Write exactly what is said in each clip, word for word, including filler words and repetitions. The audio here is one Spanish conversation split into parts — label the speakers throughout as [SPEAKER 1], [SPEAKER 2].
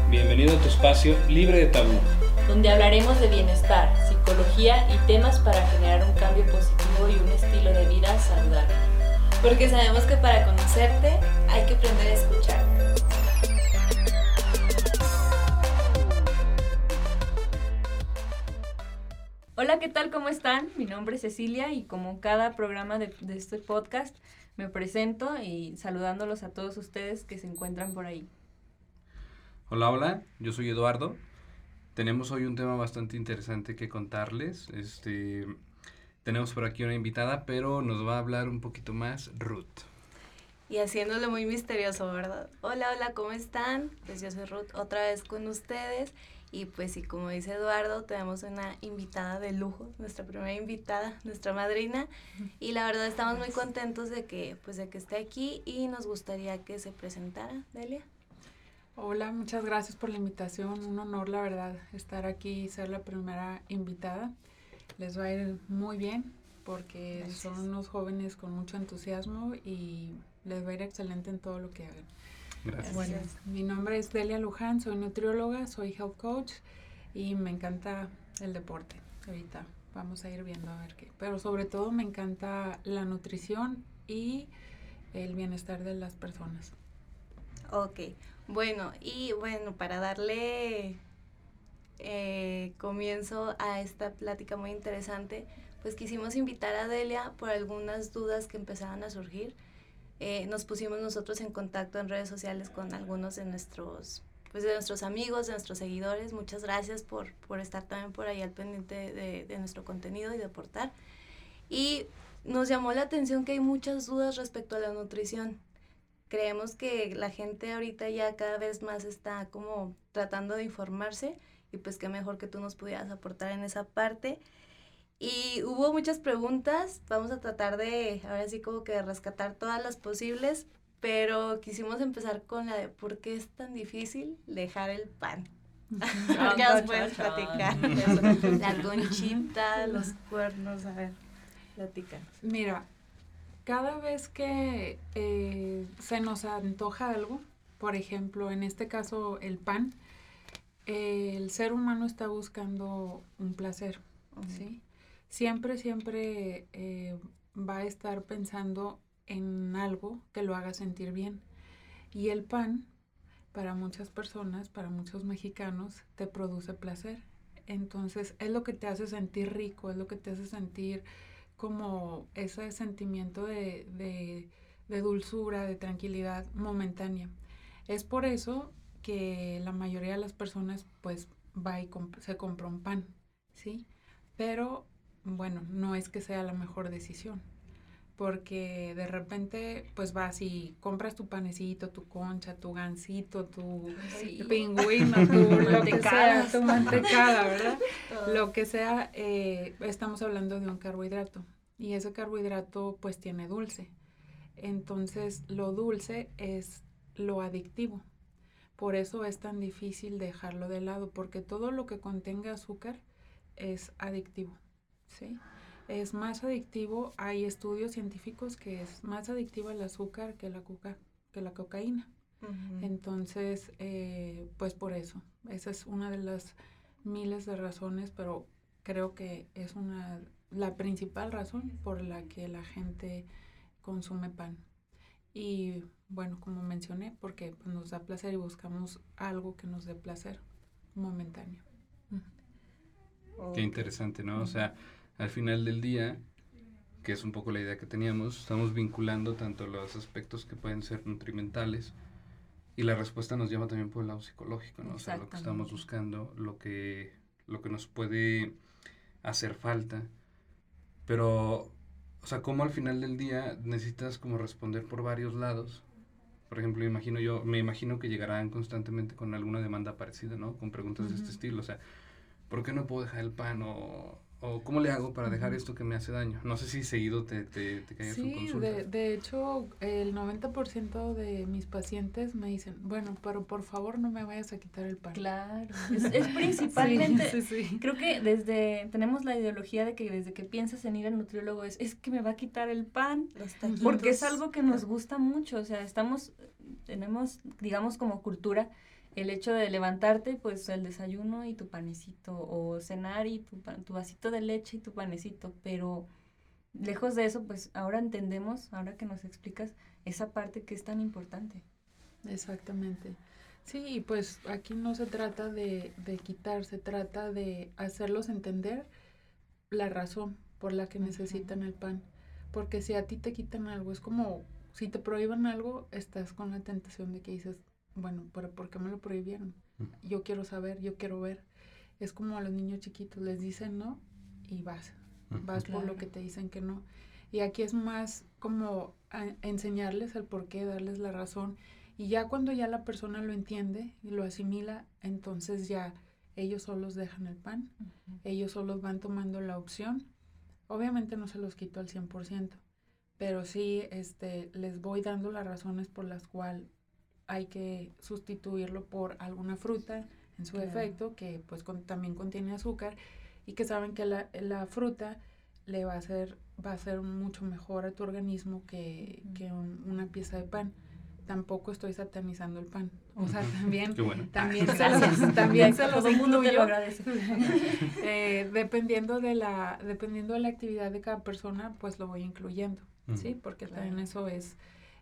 [SPEAKER 1] Bienvenido a tu espacio libre de tabú,
[SPEAKER 2] donde hablaremos de bienestar, psicología y temas para generar un cambio positivo y un estilo de vida saludable.
[SPEAKER 3] Porque sabemos que para conocerte hay que aprender a escuchar.
[SPEAKER 2] Hola, ¿qué tal? ¿Cómo están? Mi nombre es Cecilia y como cada programa de, de este podcast me presento y saludándolos a todos ustedes que se encuentran por ahí.
[SPEAKER 1] Hola, hola, yo soy Eduardo. Tenemos hoy un tema bastante interesante que contarles. Este, tenemos por aquí una invitada, pero nos va a hablar un poquito más Ruth.
[SPEAKER 3] Y haciéndolo muy misterioso, ¿verdad? Hola, hola, ¿cómo están? Pues yo soy Ruth, otra vez con ustedes. Y pues sí, como dice Eduardo, tenemos una invitada de lujo, nuestra primera invitada, nuestra madrina. Y la verdad estamos muy contentos de que, pues, de que esté aquí y nos gustaría que se presentara. Delia.
[SPEAKER 4] Hola, muchas gracias por la invitación. Un honor, la verdad, estar aquí y ser la primera invitada. Les va a ir muy bien porque gracias. Son unos jóvenes con mucho entusiasmo y les va a ir excelente en todo lo que hagan.
[SPEAKER 1] Gracias.
[SPEAKER 4] Bueno, mi nombre es Delia Luján, soy nutrióloga, soy health coach y me encanta el deporte. Ahorita vamos a ir viendo a ver qué. Pero sobre todo me encanta la nutrición y el bienestar de las personas.
[SPEAKER 3] Ok, bueno, y bueno, para darle eh, comienzo a esta plática muy interesante, pues quisimos invitar a Delia por algunas dudas que empezaban a surgir. Eh, nos pusimos nosotros en contacto en redes sociales con algunos de nuestros, pues de nuestros amigos, de nuestros seguidores. Muchas gracias por, por estar también por ahí al pendiente de, de nuestro contenido y de aportar. Y nos llamó la atención que hay muchas dudas respecto a la nutrición. Creemos que la gente ahorita ya cada vez más está como tratando de informarse y pues qué mejor que tú nos pudieras aportar en esa parte. Y hubo muchas preguntas, vamos a tratar de, ahora sí como que rescatar todas las posibles, pero quisimos empezar con la de ¿por qué es tan difícil dejar el pan? ¿Qué nos puedes platicar? La conchita, los cuernos, a ver, platica.
[SPEAKER 4] Mira, cada vez que eh, se nos antoja algo, por ejemplo, en este caso el pan, eh, el ser humano está buscando un placer, uh-huh. ¿sí? Siempre, siempre eh, va a estar pensando en algo que lo haga sentir bien. Y el pan, para muchas personas, para muchos mexicanos, te produce placer. Entonces, es lo que te hace sentir rico, es lo que te hace sentir como ese sentimiento de, de, de dulzura, de tranquilidad momentánea. Es por eso que la mayoría de las personas pues va y comp- se compra un pan, ¿sí? Pero, bueno, no es que sea la mejor decisión, porque de repente pues vas y compras tu panecito, tu concha, tu gansito, tu sí. pingüino, tu lo que sea, tu mantecada, ¿verdad? Uh. Lo que sea, eh, estamos hablando de un carbohidrato y ese carbohidrato pues tiene dulce. Entonces lo dulce es lo adictivo. Por eso es tan difícil dejarlo de lado, porque todo lo que contenga azúcar es adictivo, ¿sí? Es más adictivo, hay estudios científicos que es más adictiva el azúcar que la, coca, que la cocaína. Uh-huh. Entonces, eh, pues por eso, esa es una de las miles de razones, pero creo que es una la principal razón por la que la gente consume pan. Y bueno, como mencioné, porque pues, nos da placer y buscamos algo que nos dé placer momentáneo.
[SPEAKER 1] Uh-huh. Qué interesante, ¿no? Uh-huh. O sea, al final del día, que es un poco la idea que teníamos, estamos vinculando tanto los aspectos que pueden ser nutrimentales y la respuesta nos llama también por el lado psicológico, ¿no? O sea, lo que estamos buscando, lo que, lo que nos puede hacer falta, pero, o sea, cómo al final del día necesitas como responder por varios lados. Por ejemplo, imagino yo, me imagino que llegarán constantemente con alguna demanda parecida, ¿no? Con preguntas uh-huh. de este estilo, o sea, ¿por qué no puedo dejar el pan? O, o ¿cómo le hago para dejar esto que me hace daño? No sé si seguido te, te, te caigas
[SPEAKER 4] sí,
[SPEAKER 1] en consulta.
[SPEAKER 4] Sí, de, de hecho, el noventa por ciento de mis pacientes me dicen, bueno, pero por favor no me vayas a quitar el pan.
[SPEAKER 2] Claro, es, es principalmente,
[SPEAKER 4] sí, sí, sí.
[SPEAKER 2] creo que desde, tenemos la ideología de que desde que piensas en ir al nutriólogo es, es que me va a quitar el pan, porque es algo que nos gusta mucho, o sea, estamos tenemos, digamos, como cultura, el hecho de levantarte, pues el desayuno y tu panecito, o cenar y tu, pan, tu vasito de leche y tu panecito, pero lejos de eso, pues ahora entendemos, ahora que nos explicas, esa parte que es tan importante.
[SPEAKER 4] Exactamente. Sí, y pues aquí no se trata de, de quitar, se trata de hacerlos entender la razón por la que necesitan el pan. Porque si a ti te quitan algo, es como si te prohíban algo, estás con la tentación de que dices, bueno, ¿pero por qué me lo prohibieron? Yo quiero saber, yo quiero ver. Es como a los niños chiquitos, les dicen no y vas, vas claro. por lo que te dicen que no. Y aquí es más como a enseñarles el por qué, darles la razón. Y ya cuando ya la persona lo entiende y lo asimila, entonces ya ellos solos dejan el pan, uh-huh. ellos solos van tomando la opción. Obviamente no se los quito al cien por ciento, pero sí este, les voy dando las razones por las cuales hay que sustituirlo por alguna fruta en su claro. efecto, que pues con, también contiene azúcar, y que saben que la, la fruta le va a hacer, va a ser mucho mejor a tu organismo que, uh-huh. que un, una pieza de pan. Tampoco estoy satanizando el pan. O sea, también,
[SPEAKER 1] bueno.
[SPEAKER 4] también, se los, también se los
[SPEAKER 2] todo el mundo te lo agradece.
[SPEAKER 4] eh, dependiendo de la, dependiendo de la actividad de cada persona, pues lo voy incluyendo, uh-huh. ¿sí? Porque claro. también eso es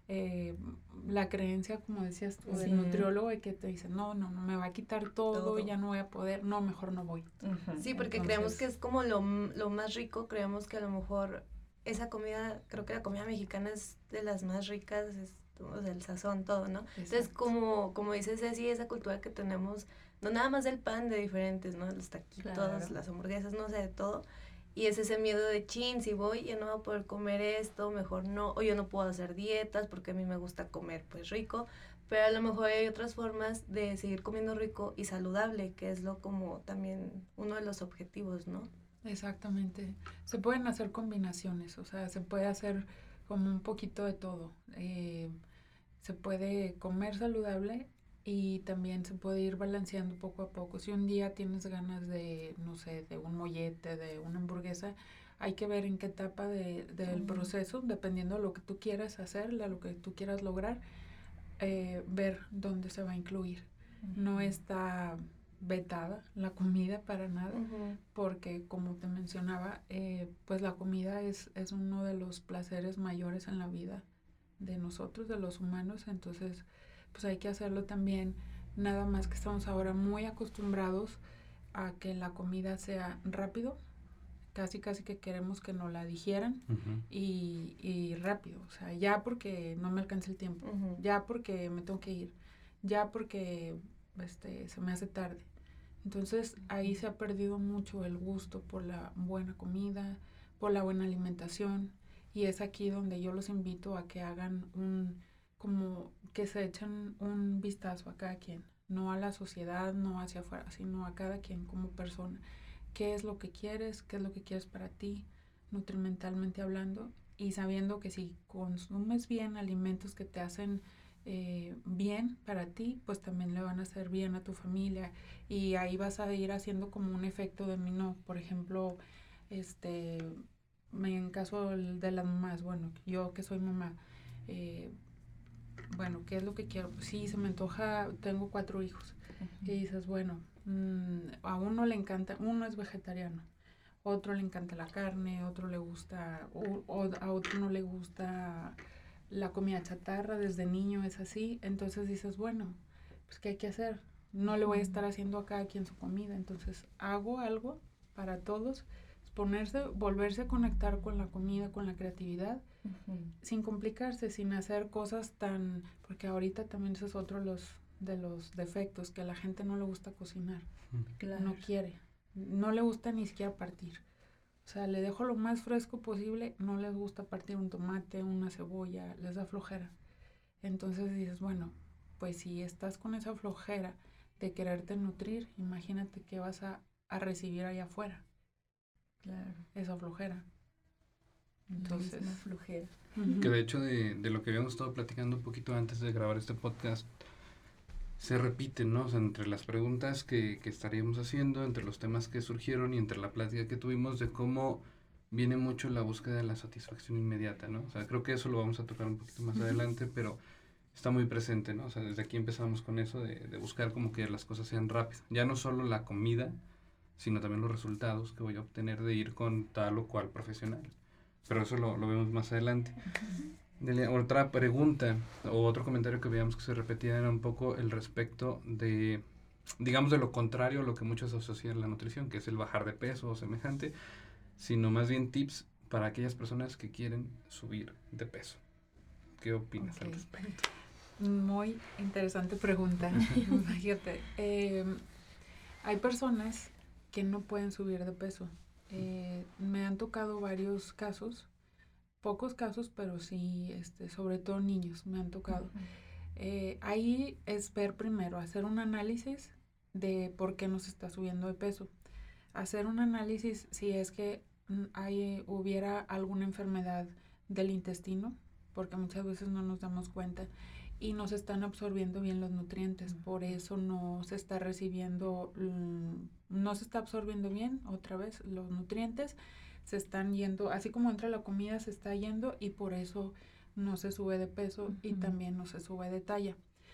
[SPEAKER 4] eh, la creencia, como decías tú, sí. del nutriólogo, de que te dice, no, no, no me va a quitar todo, todo. ya no voy a poder, no, mejor no voy.
[SPEAKER 3] Uh-huh. Sí, porque Entonces, creemos que es como lo, lo más rico, creemos que a lo mejor esa comida, creo que la comida mexicana es de las más ricas, es o sea, el sazón, todo, ¿no? Exacto. Entonces, como, como dices Ceci, esa cultura que tenemos, no nada más del pan, de diferentes, ¿no? Los taquitos, claro. las hamburguesas, no sé, de todo. Y es ese miedo de, chin, si voy, ya no voy a poder comer esto, mejor no. O yo no puedo hacer dietas porque a mí me gusta comer, pues, rico. Pero a lo mejor hay otras formas de seguir comiendo rico y saludable, que es lo como también uno de los objetivos, ¿no?
[SPEAKER 4] Exactamente. Se pueden hacer combinaciones, o sea, se puede hacer como un poquito de todo. Eh, se puede comer saludable y también se puede ir balanceando poco a poco. Si un día tienes ganas de, no sé, de un mollete, de una hamburguesa, hay que ver en qué etapa de, del uh-huh. proceso, dependiendo de lo que tú quieras hacer, de lo que tú quieras lograr, eh, ver dónde se va a incluir. Uh-huh. No está vetada la comida para nada, uh-huh. porque como te mencionaba, eh, pues la comida es, es uno de los placeres mayores en la vida de nosotros, de los humanos, entonces pues hay que hacerlo también, nada más que estamos ahora muy acostumbrados a que la comida sea rápido, casi casi que queremos que nos la digieran uh-huh. y, y rápido, o sea, ya porque no me alcanza el tiempo, uh-huh. ya porque me tengo que ir, ya porque este, se me hace tarde. Entonces ahí se ha perdido mucho el gusto por la buena comida, por la buena alimentación, y es aquí donde yo los invito a que hagan un, como que se echen un vistazo a cada quien, no a la sociedad, no hacia afuera, sino a cada quien como persona. ¿Qué es lo que quieres? ¿Qué es lo que quieres para ti, nutrimentalmente hablando? Y sabiendo que si consumes bien alimentos que te hacen eh, bien para ti, pues también le van a hacer bien a tu familia. Y ahí vas a ir haciendo como un efecto dominó. Por ejemplo, este... en caso de las mamás, bueno, yo que soy mamá, eh, bueno, ¿qué es lo que quiero? Sí, se me antoja, tengo cuatro hijos, uh-huh. y dices, bueno, mmm, a uno le encanta, uno es vegetariano, otro le encanta la carne, otro le gusta, o, o a otro no le gusta la comida chatarra, desde niño es así, entonces dices, bueno, pues ¿qué hay que hacer? No le voy a estar haciendo a cada quien su comida, entonces hago algo para todos, ponerse, volverse a conectar con la comida, con la creatividad, uh-huh. sin complicarse, sin hacer cosas tan, porque ahorita también ese es otro de los, de los defectos, que a la gente no le gusta cocinar, claro. no quiere, no le gusta ni siquiera partir, o sea, le dejo lo más fresco posible, no les gusta partir un tomate, una cebolla, les da flojera, entonces dices, bueno, pues si estás con esa flojera de quererte nutrir, imagínate qué vas a, a recibir allá afuera. Claro, esa flojera. Entonces,
[SPEAKER 2] una flojera.
[SPEAKER 1] Uh-huh. Que de hecho de, de lo que habíamos estado platicando un poquito antes de grabar este podcast, se repite, ¿no? O sea, entre las preguntas que, que estaríamos haciendo, entre los temas que surgieron y entre la plática que tuvimos de cómo viene mucho la búsqueda de la satisfacción inmediata, ¿no? O sea, creo que eso lo vamos a tocar un poquito más uh-huh. adelante, pero está muy presente, ¿no? O sea, desde aquí empezamos con eso de, de buscar como que las cosas sean rápidas. Ya no solo la comida, sino también los resultados que voy a obtener de ir con tal o cual profesional. Pero eso lo, lo vemos más adelante. Delia, otra pregunta o otro comentario que veíamos que se repetía era un poco el respecto de, digamos, de lo contrario a lo que muchos asocian la nutrición, que es el bajar de peso o semejante, sino más bien tips para aquellas personas que quieren subir de peso. ¿Qué opinas
[SPEAKER 4] Okay.
[SPEAKER 1] al respecto?
[SPEAKER 4] Muy interesante pregunta. Fíjate, eh, hay personas que no pueden subir de peso. Eh, me han tocado varios casos, pocos casos, pero sí, este, sobre todo niños me han tocado. Uh-huh. Eh, ahí es ver primero, hacer un análisis de por qué no se está subiendo de peso. Hacer un análisis si es que hay, hubiera alguna enfermedad del intestino, porque muchas veces no nos damos cuenta y no se están absorbiendo bien los nutrientes, por eso no se está recibiendo, no se está absorbiendo bien otra vez los nutrientes, se están yendo, así como entra la comida se está yendo y por eso no se sube de peso uh-huh. y también no se sube de talla.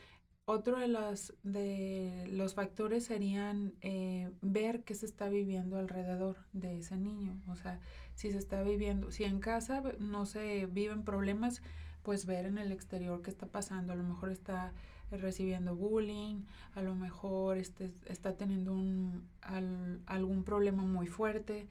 [SPEAKER 4] Otro de los, de los factores serían eh, ver qué se está viviendo alrededor de ese niño. O sea, si se está viviendo, si en casa no se viven problemas, pues ver en el exterior qué está pasando. A lo mejor está recibiendo bullying, a lo mejor este, está teniendo un, al, algún problema muy fuerte,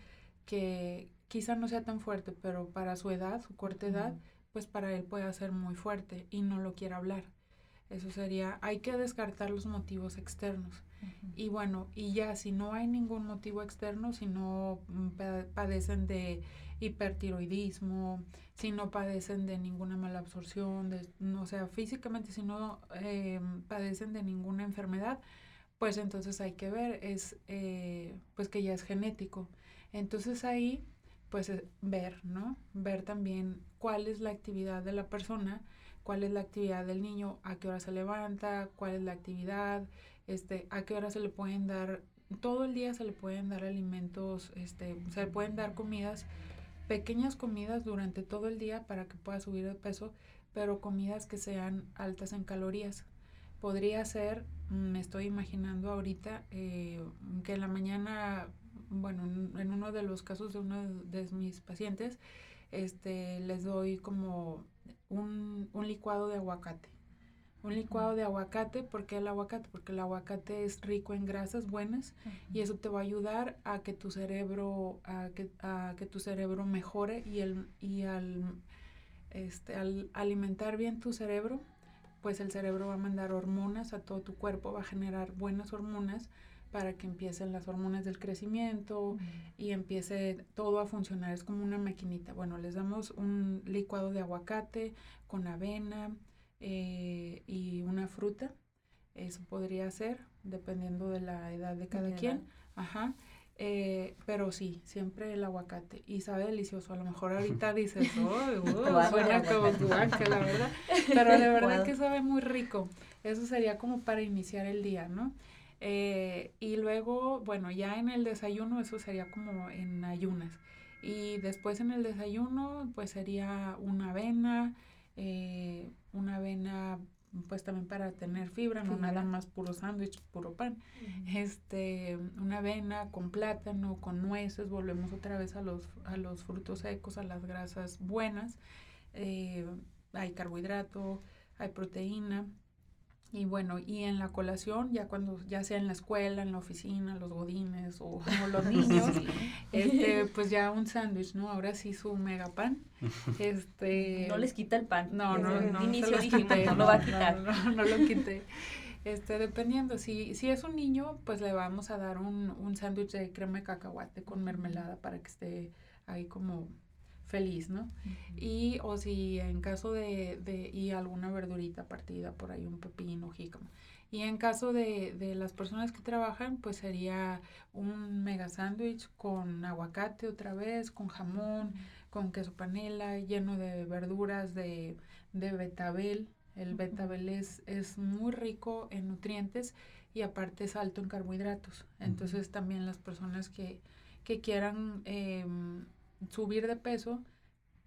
[SPEAKER 4] que quizá no sea tan fuerte, pero para su edad, su corta edad, pues para él puede ser muy fuerte y no lo quiere hablar. Eso sería, hay que descartar los motivos externos. Uh-huh. Y bueno, y ya si no hay ningún motivo externo, si no padecen de hipertiroidismo, si no padecen de ninguna mala absorción, de, no, o sea, físicamente si no eh, padecen de ninguna enfermedad, pues entonces hay que ver, es eh, pues que ya es genético. Entonces ahí, pues eh, ver, ¿no? Ver también cuál es la actividad de la persona, cuál es la actividad del niño, a qué hora se levanta, cuál es la actividad, este, a qué hora se le pueden dar, todo el día se le pueden dar alimentos, este, se le pueden dar comidas, pequeñas comidas durante todo el día para que pueda subir de peso, pero comidas que sean altas en calorías. Podría ser, me estoy imaginando ahorita, eh, que en la mañana, bueno, en, en uno de los casos de uno de, de mis pacientes, este, les doy como un, un licuado de aguacate. Un licuado de aguacate, ¿por qué el aguacate? Porque el aguacate es rico en grasas buenas uh-huh. y eso te va a ayudar a que tu cerebro, a que, a que tu cerebro mejore y, el, y al, este, al alimentar bien tu cerebro, pues el cerebro va a mandar hormonas a todo tu cuerpo, va a generar buenas hormonas para que empiecen las hormonas del crecimiento uh-huh. y empiece todo a funcionar, es como una maquinita. Bueno, les damos un licuado de aguacate con avena eh, y una fruta, eso podría ser, dependiendo de la edad de cada de quien, edad. Ajá. Eh, pero sí, siempre el aguacate, y sabe delicioso, a lo mejor ahorita dices, oh, oh suena como guaca, la verdad, pero de verdad que sabe muy rico, eso sería como para iniciar el día, ¿no? Eh, y luego, bueno, ya en el desayuno, eso sería como en ayunas. Y después en el desayuno, pues sería una avena, eh, una avena, pues también para tener fibra, no nada más puro sándwich, puro pan. Uh-huh. Este, una avena con plátano, con nueces, volvemos otra vez a los, a los frutos secos, a las grasas buenas. Eh, hay carbohidrato, hay proteína. Y bueno, y en la colación, ya cuando, ya sea en la escuela, en la oficina, los godines o, o los niños, sí. este, pues ya un sándwich, ¿no? Ahora sí su mega pan. Este,
[SPEAKER 2] no les quita el pan.
[SPEAKER 4] No, no, no.
[SPEAKER 2] De inicio
[SPEAKER 4] no
[SPEAKER 2] dijimos, no lo va a quitar.
[SPEAKER 4] No, no, no, no lo quité. Este, dependiendo, si, si es un niño, pues le vamos a dar un, un sándwich de crema de cacahuate con mermelada para que esté ahí como feliz, ¿no? Uh-huh. Y, o si en caso de, de, y alguna verdurita partida, por ahí un pepino, jícama. Y en caso de, de las personas que trabajan, pues sería un mega sándwich con aguacate otra vez, con jamón, uh-huh. con queso panela, lleno de verduras, de, de betabel. El uh-huh. betabel es, es muy rico en nutrientes y aparte es alto en carbohidratos. Entonces uh-huh. también las personas que, que quieran eh, subir de peso,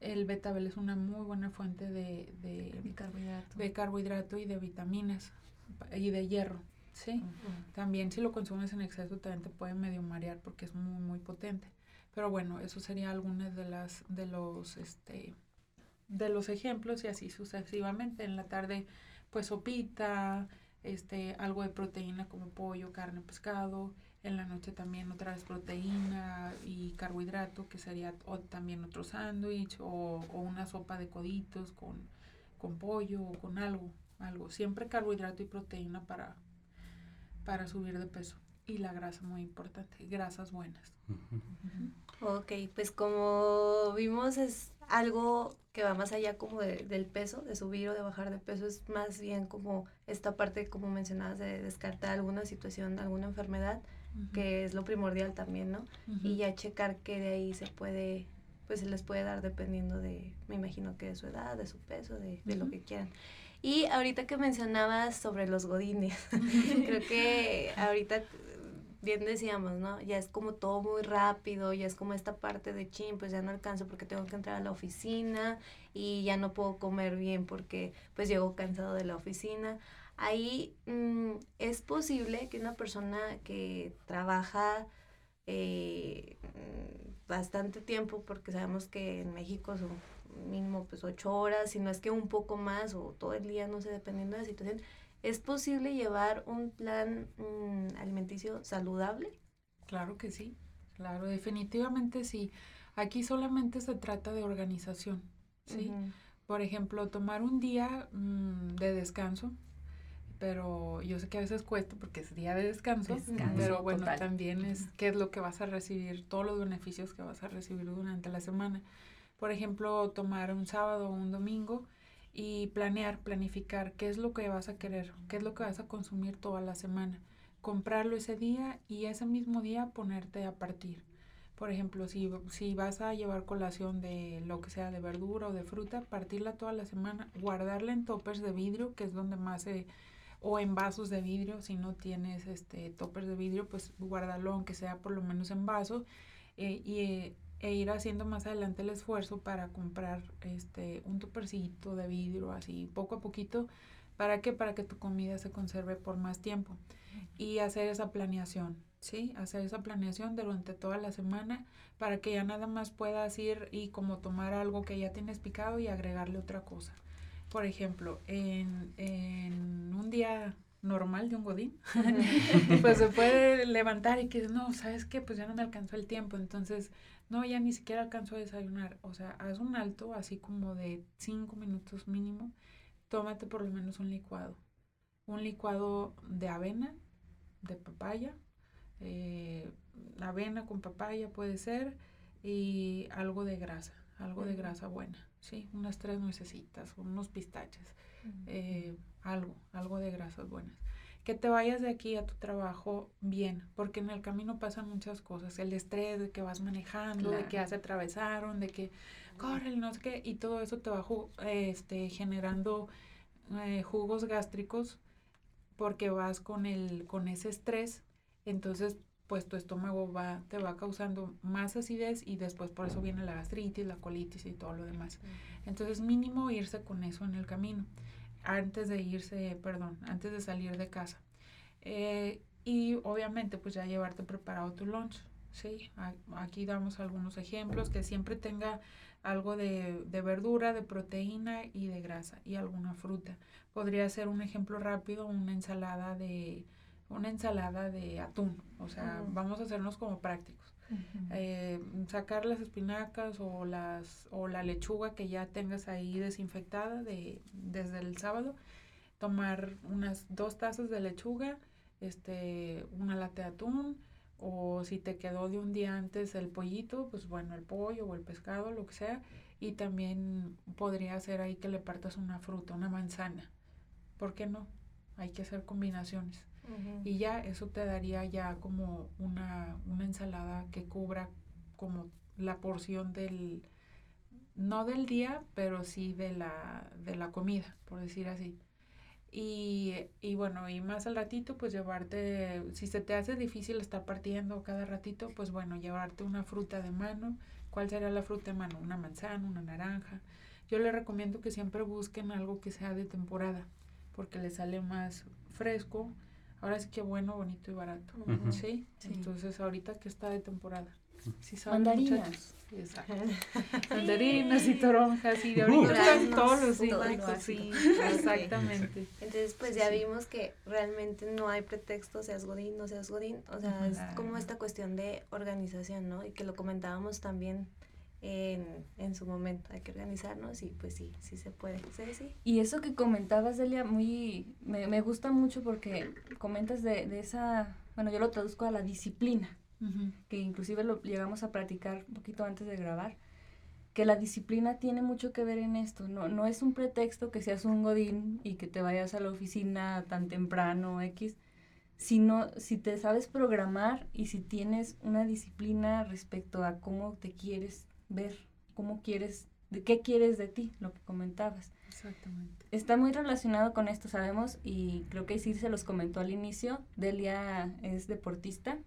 [SPEAKER 4] el betabel es una muy buena fuente de, de,
[SPEAKER 2] de carbohidrato.
[SPEAKER 4] de carbohidrato y de vitaminas y de hierro, ¿sí? Uh-huh. También si lo consumes en exceso también te puede medio marear porque es muy, muy potente. Pero bueno, eso sería algunas de las, de los, este, de los ejemplos y así sucesivamente. En la tarde, pues sopita, este, algo de proteína como pollo, carne, pescado. En la noche también otra vez proteína y carbohidrato, que sería o también otro sándwich o, o una sopa de coditos con, con pollo o con algo, algo. Siempre carbohidrato y proteína para, para subir de peso. Y la grasa muy importante, grasas buenas.
[SPEAKER 3] Uh-huh. Ok, pues como vimos es algo que va más allá como de, del peso, de subir o de bajar de peso, es más bien como esta parte, como mencionabas, de descartar alguna situación, alguna enfermedad, uh-huh. que es lo primordial también, ¿no? Uh-huh. Y ya checar que de ahí se puede, pues se les puede dar dependiendo de, me imagino que de su edad, de su peso, de, de uh-huh. lo que quieran. Y ahorita que mencionabas sobre los godines, creo que ahorita bien decíamos, ¿no? Ya es como todo muy rápido, ya es como esta parte de chin, pues ya no alcanzo porque tengo que entrar a la oficina y ya no puedo comer bien porque pues llego cansado de la oficina. Ahí mmm, es posible que una persona que trabaja eh, bastante tiempo, porque sabemos que en México son mínimo pues ocho horas, si no es que un poco más o todo el día, no sé, dependiendo de la situación, ¿es posible llevar un plan mmm, alimenticio saludable?
[SPEAKER 4] Claro que sí, claro, definitivamente sí. Aquí solamente se trata de organización, ¿sí? Uh-huh. Por ejemplo, tomar un día mmm, de descanso, pero yo sé que a veces cuesta porque es día de descanso, descanso pero bueno, total. También es qué es lo que vas a recibir, todos los beneficios que vas a recibir durante la semana. Por ejemplo, tomar un sábado o un domingo y planear, planificar qué es lo que vas a querer, qué es lo que vas a consumir toda la semana. Comprarlo ese día y ese mismo día ponerte a partir. Por ejemplo, si, si vas a llevar colación de lo que sea, de verdura o de fruta, partirla toda la semana, guardarla en toppers de vidrio, que es donde más se... o en vasos de vidrio, si no tienes este toppers de vidrio, pues guardarlo aunque sea por lo menos en vaso eh, y... Eh, e ir haciendo más adelante el esfuerzo para comprar este un tuppercito de vidrio así poco a poquito. ¿Para qué? Para que tu comida se conserve por más tiempo y hacer esa planeación, ¿sí? Hacer esa planeación durante toda la semana para que ya nada más puedas ir y como tomar algo que ya tienes picado y agregarle otra cosa. Por ejemplo, en, en un día normal de un godín, pues se puede levantar y que no, ¿sabes qué? Pues ya no me alcanzó el tiempo, entonces no, ya ni siquiera alcanzo a desayunar. O sea, haz un alto así como de cinco minutos mínimo, tómate por lo menos un licuado. Un licuado de avena, de papaya, eh, avena con papaya puede ser, y algo de grasa, algo uh-huh. de grasa buena, ¿sí? Unas tres nuecesitas, unos pistaches, uh-huh. eh, algo, algo de grasas buenas. Que te vayas de aquí a tu trabajo bien, porque en el camino pasan muchas cosas, el estrés de que vas manejando, claro. de que ya se atravesaron, de que corre, no sé qué, y todo eso te va este, generando eh, jugos gástricos porque vas con, el, con ese estrés, entonces pues tu estómago va, te va causando más acidez y después por eso viene la gastritis, la colitis y todo lo demás. Entonces mínimo irse con eso en el camino. Antes de irse, perdón, antes de salir de casa. Eh, y obviamente pues ya llevarte preparado tu lunch, ¿sí? Aquí damos algunos ejemplos, que siempre tenga algo de, de verdura, de proteína y de grasa y alguna fruta. Podría ser un ejemplo rápido, una ensalada de, una ensalada de atún, o sea, uh-huh. vamos a hacernos como prácticos. Uh-huh. Eh, sacar las espinacas o las o la lechuga que ya tengas ahí desinfectada de, desde el sábado, tomar unas dos tazas de lechuga, este, una lata de atún, o si te quedó de un día antes el pollito, pues bueno, el pollo o el pescado, lo que sea, y también podría ser ahí que le partas una fruta, una manzana, ¿por qué no? Hay que hacer combinaciones. Uh-huh. Y ya eso te daría ya como una, una ensalada que cubra como la porción del, no del día, pero sí de la, de la comida, por decir así. Y, y bueno, y más al ratito, pues llevarte, si se te hace difícil estar partiendo cada ratito, pues bueno, llevarte una fruta de mano. ¿Cuál sería la fruta de mano? Una manzana, una naranja. Yo les recomiendo que siempre busquen algo que sea de temporada, porque les sale más fresco. Ahora sí que bueno, bonito y barato.
[SPEAKER 1] Ujú.
[SPEAKER 4] ¿Sí?
[SPEAKER 2] Sí.
[SPEAKER 4] Entonces, ahorita que está de temporada. ¿Sí saben,
[SPEAKER 2] Mandarinas.
[SPEAKER 4] muchachos? Exacto. Mandarinas y toronjas, y de ahorita
[SPEAKER 3] Uh.
[SPEAKER 4] están todos los
[SPEAKER 3] Duraznos,
[SPEAKER 4] cítricos,
[SPEAKER 2] todo
[SPEAKER 4] sí,
[SPEAKER 3] ácido.
[SPEAKER 4] exactamente.
[SPEAKER 3] Entonces, pues
[SPEAKER 4] Sí,
[SPEAKER 3] ya
[SPEAKER 4] sí.
[SPEAKER 3] vimos que realmente no hay pretexto, seas godín, no seas godín. O sea,
[SPEAKER 4] Ujú.
[SPEAKER 3] es como esta cuestión de organización, ¿no? Y que lo comentábamos también en, en su momento. Hay que organizarnos y pues sí, sí se puede. Sí, sí.
[SPEAKER 2] Y eso que comentabas, Delia, muy, me, me gusta mucho porque comentas de, de esa, bueno, yo lo traduzco a la disciplina,
[SPEAKER 4] Ujú.
[SPEAKER 2] que inclusive lo llegamos a platicar un poquito antes de grabar, que la disciplina tiene mucho que ver en esto, no, no es un pretexto que seas un godín y que te vayas a la oficina tan temprano, X, sino si te sabes programar y si tienes una disciplina respecto a cómo te quieres ver, cómo quieres, de qué quieres de ti, lo que comentabas.
[SPEAKER 4] Exactamente.
[SPEAKER 2] Está muy relacionado con esto, sabemos, y creo que sí se los comentó al inicio, Delia es deportista,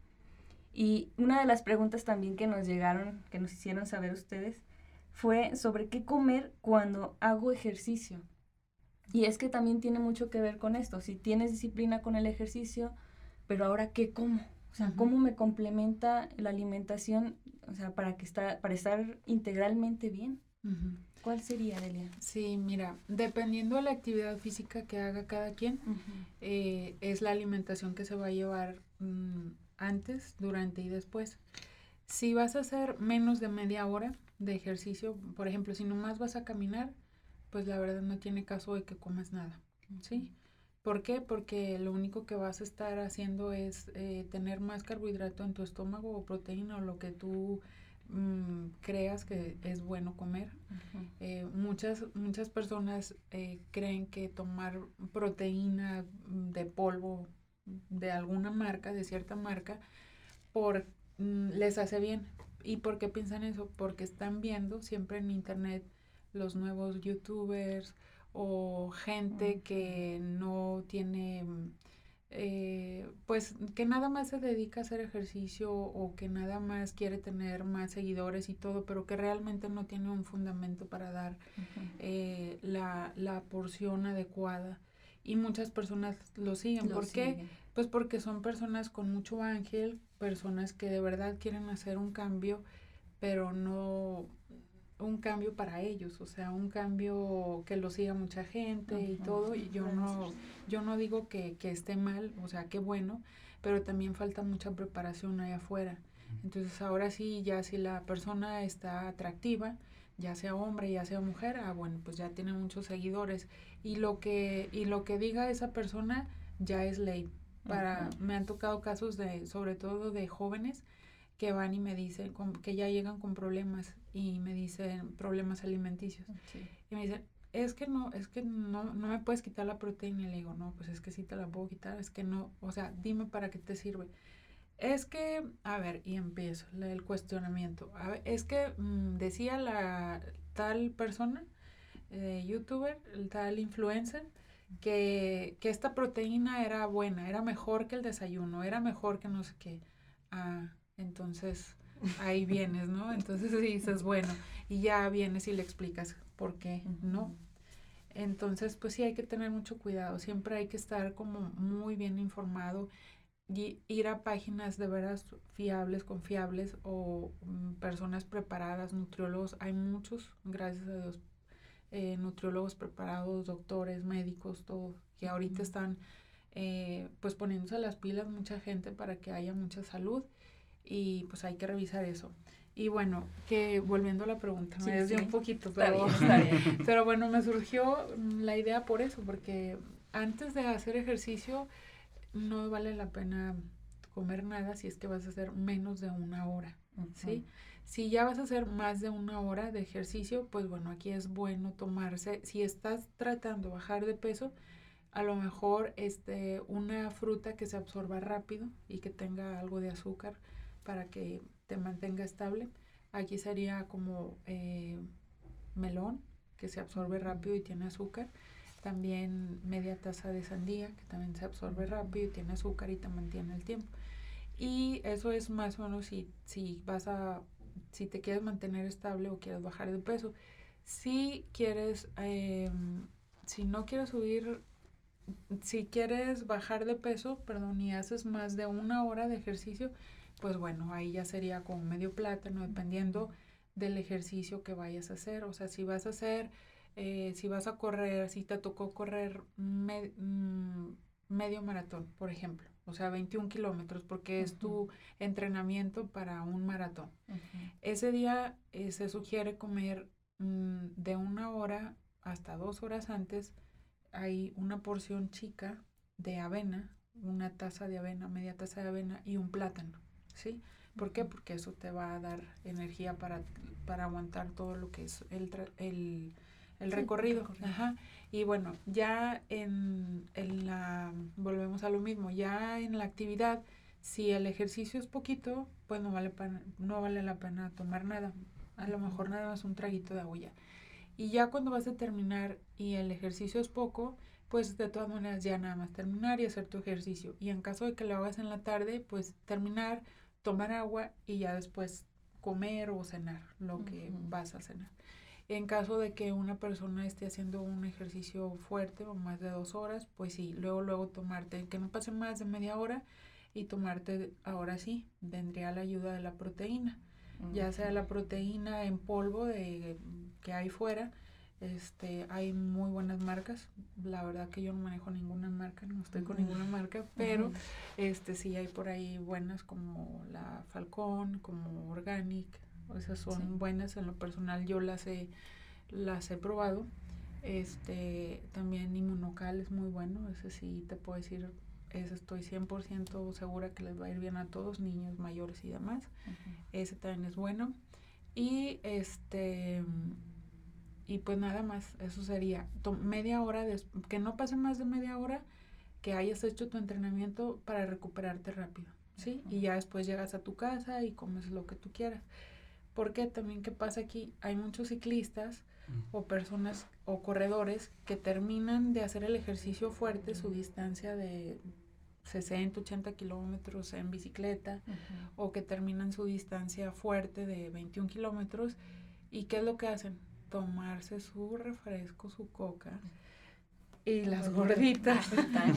[SPEAKER 2] y una de las preguntas también que nos llegaron, que nos hicieron saber ustedes, fue sobre qué comer cuando hago ejercicio. Y es que también tiene mucho que ver con esto, si tienes disciplina con el ejercicio, pero ahora qué como, o sea,
[SPEAKER 4] Ujú.
[SPEAKER 2] cómo me complementa la alimentación, o sea, para que está, para estar integralmente bien.
[SPEAKER 4] Ujú.
[SPEAKER 2] ¿Cuál sería, Delia?
[SPEAKER 4] Sí, mira, dependiendo de la actividad física que haga cada quien, eh, es la alimentación que se va a llevar mm, antes, durante y después. Si vas a hacer menos de media hora de ejercicio, por ejemplo, si nomás vas a caminar, pues la verdad no tiene caso de que comas nada, ¿sí? ¿Por qué? Porque lo único que vas a estar haciendo es eh, tener más carbohidrato en tu estómago o proteína o lo que tú mm, creas que es bueno comer.
[SPEAKER 2] Ujú.
[SPEAKER 4] Eh, muchas, muchas personas eh, creen que tomar proteína mm, de polvo de alguna marca, de cierta marca, por, mm, les hace bien. ¿Y por qué piensan eso? Porque están viendo siempre en internet los nuevos youtubers o gente
[SPEAKER 2] Ujú.
[SPEAKER 4] que no tiene, mm, eh, pues que nada más se dedica a hacer ejercicio o que nada más quiere tener más seguidores y todo, pero que realmente no tiene un fundamento para dar
[SPEAKER 2] Ujú.
[SPEAKER 4] eh, la, la porción adecuada. Y muchas personas lo siguen.
[SPEAKER 2] Lo
[SPEAKER 4] ¿Por qué?
[SPEAKER 2] siguen.
[SPEAKER 4] Pues porque son personas con mucho ángel, personas que de verdad quieren hacer un cambio, pero no un cambio para ellos, o sea, un cambio que lo siga mucha gente y
[SPEAKER 2] Ujú.
[SPEAKER 4] todo, y yo no, yo no digo que, que esté mal, o sea, qué bueno, pero también falta mucha preparación allá afuera. Entonces ahora sí, ya si la persona está atractiva, ya sea hombre, ya sea mujer, ah, bueno, pues ya tiene muchos seguidores, y lo que, y lo que diga esa persona ya es ley. Para,
[SPEAKER 2] Ujú.
[SPEAKER 4] me han tocado casos de, sobre todo de jóvenes, que van y me dicen con, que ya llegan con problemas y me dicen problemas alimenticios.
[SPEAKER 2] Sí.
[SPEAKER 4] Y me dicen, es que no, es que no, no me puedes quitar la proteína. Y le digo, no, pues es que sí te la puedo quitar, es que no, o sea, dime para qué te sirve. Es que, a ver, y empiezo el cuestionamiento. A ver, es que mmm, decía la tal persona, eh, youtuber, el tal influencer, que, que esta proteína era buena, era mejor que el desayuno, era mejor que no sé qué. Ah, entonces ahí vienes, ¿no? Entonces dices, bueno, y ya vienes y le explicas por qué, ¿no? Entonces, pues sí hay que tener mucho cuidado, siempre hay que estar como muy bien informado y ir a páginas de veras fiables, confiables o um, personas preparadas, nutriólogos, hay muchos, gracias a Dios, eh, nutriólogos preparados, doctores, médicos, todos, que ahorita están eh, pues poniéndose las pilas mucha gente para que haya mucha salud y pues hay que revisar eso. Y bueno, que volviendo a la pregunta,
[SPEAKER 2] Sí,
[SPEAKER 4] me desvié
[SPEAKER 2] sí.
[SPEAKER 4] un poquito,
[SPEAKER 2] Está
[SPEAKER 4] pero,
[SPEAKER 2] bien, está bien.
[SPEAKER 4] pero bueno, me surgió la idea por eso, porque antes de hacer ejercicio no vale la pena comer nada si es que vas a hacer menos de una hora,
[SPEAKER 2] Ujú.
[SPEAKER 4] ¿sí? Si ya vas a hacer más de una hora de ejercicio, pues bueno, aquí es bueno tomarse, si estás tratando de bajar de peso, a lo mejor este, una fruta que se absorba rápido y que tenga algo de azúcar para que te mantenga estable. Aquí sería como eh, melón, que se absorbe rápido y tiene azúcar. también media taza de sandía, que también se absorbe rápido y tiene azúcar y te mantiene el tiempo. Y eso es más o menos si, si vas a, si te quieres mantener estable o quieres bajar de peso. Si quieres, eh, si no quieres subir, si quieres bajar de peso, perdón, y haces más de una hora de ejercicio, pues bueno, ahí ya sería como medio plátano, dependiendo del ejercicio que vayas a hacer. O sea, si vas a hacer, eh, si vas a correr, si te tocó correr me, mm, medio maratón, por ejemplo, o sea, veintiún kilómetros, porque es uh-huh. tu entrenamiento para un maratón. Uh-huh. Ese día eh, se sugiere comer mm, de una hora hasta dos horas antes. Hay una porción chica de avena, una taza de avena, media taza de avena y un plátano, ¿sí? ¿Por qué? Porque eso te va a dar energía para, para aguantar todo lo que es el, el, el sí, recorrido. recorrido. Ajá. Y bueno, ya en, en la, volvemos a lo mismo, ya en la actividad, si el ejercicio es poquito, pues no vale, pan, no vale la pena tomar nada. A lo mejor nada más un traguito de agua. Y ya cuando vas a terminar y el ejercicio es poco, pues de todas maneras ya nada más terminar y hacer tu ejercicio. Y en caso de que lo hagas en la tarde, pues terminar, tomar agua y ya después comer o cenar lo que uh-huh. vas a cenar. En caso de que una persona esté haciendo un ejercicio fuerte o más de dos horas, pues sí, luego, luego tomarte, que no pase más de media hora y tomarte, ahora sí, vendría la ayuda de la proteína. Uh-huh. Ya sea la proteína en polvo de, que hay fuera, este, hay muy buenas marcas. La verdad que yo no manejo ninguna marca, no estoy con uh-huh. ninguna marca, pero uh-huh. este sí hay por ahí buenas como la Falcón, como Organic, esas son sí. buenas. En lo personal yo las he, las he probado. Este, también Inmunocal es muy bueno, ese sí te puedo decir, ese estoy cien por ciento segura que les va a ir bien a todos, niños, mayores y demás. Uh-huh. Ese también es bueno. Y este y pues nada más, eso sería to- media hora, de, que no pase más de media hora que hayas hecho tu entrenamiento para recuperarte rápido, ¿sí? Uh-huh. Y ya después llegas a tu casa y comes lo que tú quieras. Porque también, ¿qué pasa aquí? Hay muchos ciclistas uh-huh. o personas o corredores que terminan de hacer el ejercicio fuerte, su distancia de sesenta, ochenta kilómetros en bicicleta, uh-huh. o que terminan su distancia fuerte de veintiún kilómetros. ¿Y qué es lo que hacen? Tomarse su refresco, su coca y las gorditas.